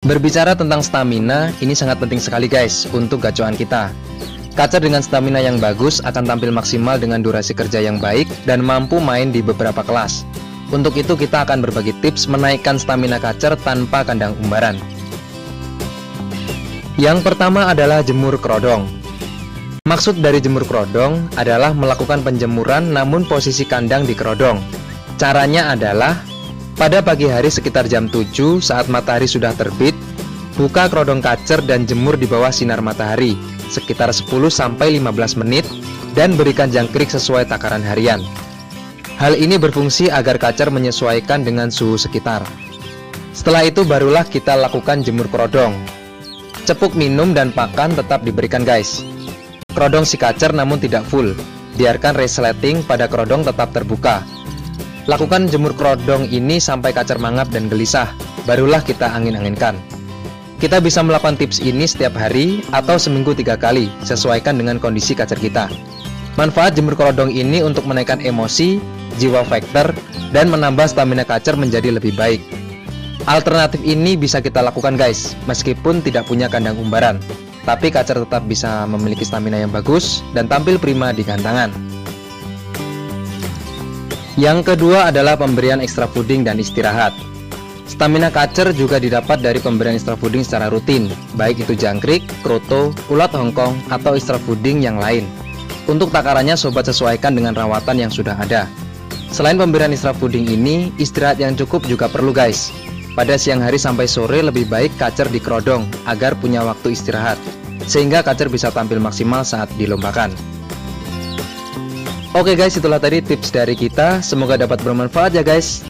Berbicara tentang stamina, ini sangat penting sekali guys untuk gacoan kita. Kacer dengan stamina yang bagus akan tampil maksimal dengan durasi kerja yang baik dan mampu main di beberapa kelas. Untuk itu kita akan berbagi tips menaikkan stamina kacer tanpa kandang umbaran. Yang pertama adalah jemur kerodong. Maksud dari jemur kerodong adalah melakukan penjemuran namun posisi kandang di kerodong. Caranya adalah pada pagi hari sekitar jam 7 saat matahari sudah terbit, buka kerodong kacer dan jemur di bawah sinar matahari sekitar 10-15 menit dan berikan jangkrik sesuai takaran harian. Hal ini berfungsi agar kacer menyesuaikan dengan suhu sekitar. Setelah itu barulah kita lakukan jemur kerodong. Cepuk minum dan pakan tetap diberikan guys. Kerodong si kacer namun tidak full. Biarkan resleting pada kerodong tetap terbuka. Lakukan jemur kerodong ini sampai kacer mangap dan gelisah. Barulah kita angin-anginkan. Kita bisa melakukan tips ini setiap hari atau seminggu 3 kali, sesuaikan dengan kondisi kacer kita. Manfaat jemur kerodong ini untuk menaikkan emosi, jiwa fighter, dan menambah stamina kacer menjadi lebih baik. Alternatif ini bisa kita lakukan guys, meskipun tidak punya kandang umbaran. Tapi kacer tetap bisa memiliki stamina yang bagus dan tampil prima di gantangan. Yang kedua adalah pemberian extra fooding dan istirahat. Stamina kacer juga didapat dari pemberian extra fooding secara rutin, baik itu jangkrik, kroto, ulat hongkong, atau extra fooding yang lain. Untuk takarannya sobat sesuaikan dengan rawatan yang sudah ada. Selain pemberian extra fooding ini, istirahat yang cukup juga perlu guys. Pada siang hari sampai sore lebih baik kacer di kerodong agar punya waktu istirahat, sehingga kacer bisa tampil maksimal saat dilombakan. Oke guys, itulah tadi tips dari kita, semoga dapat bermanfaat ya guys.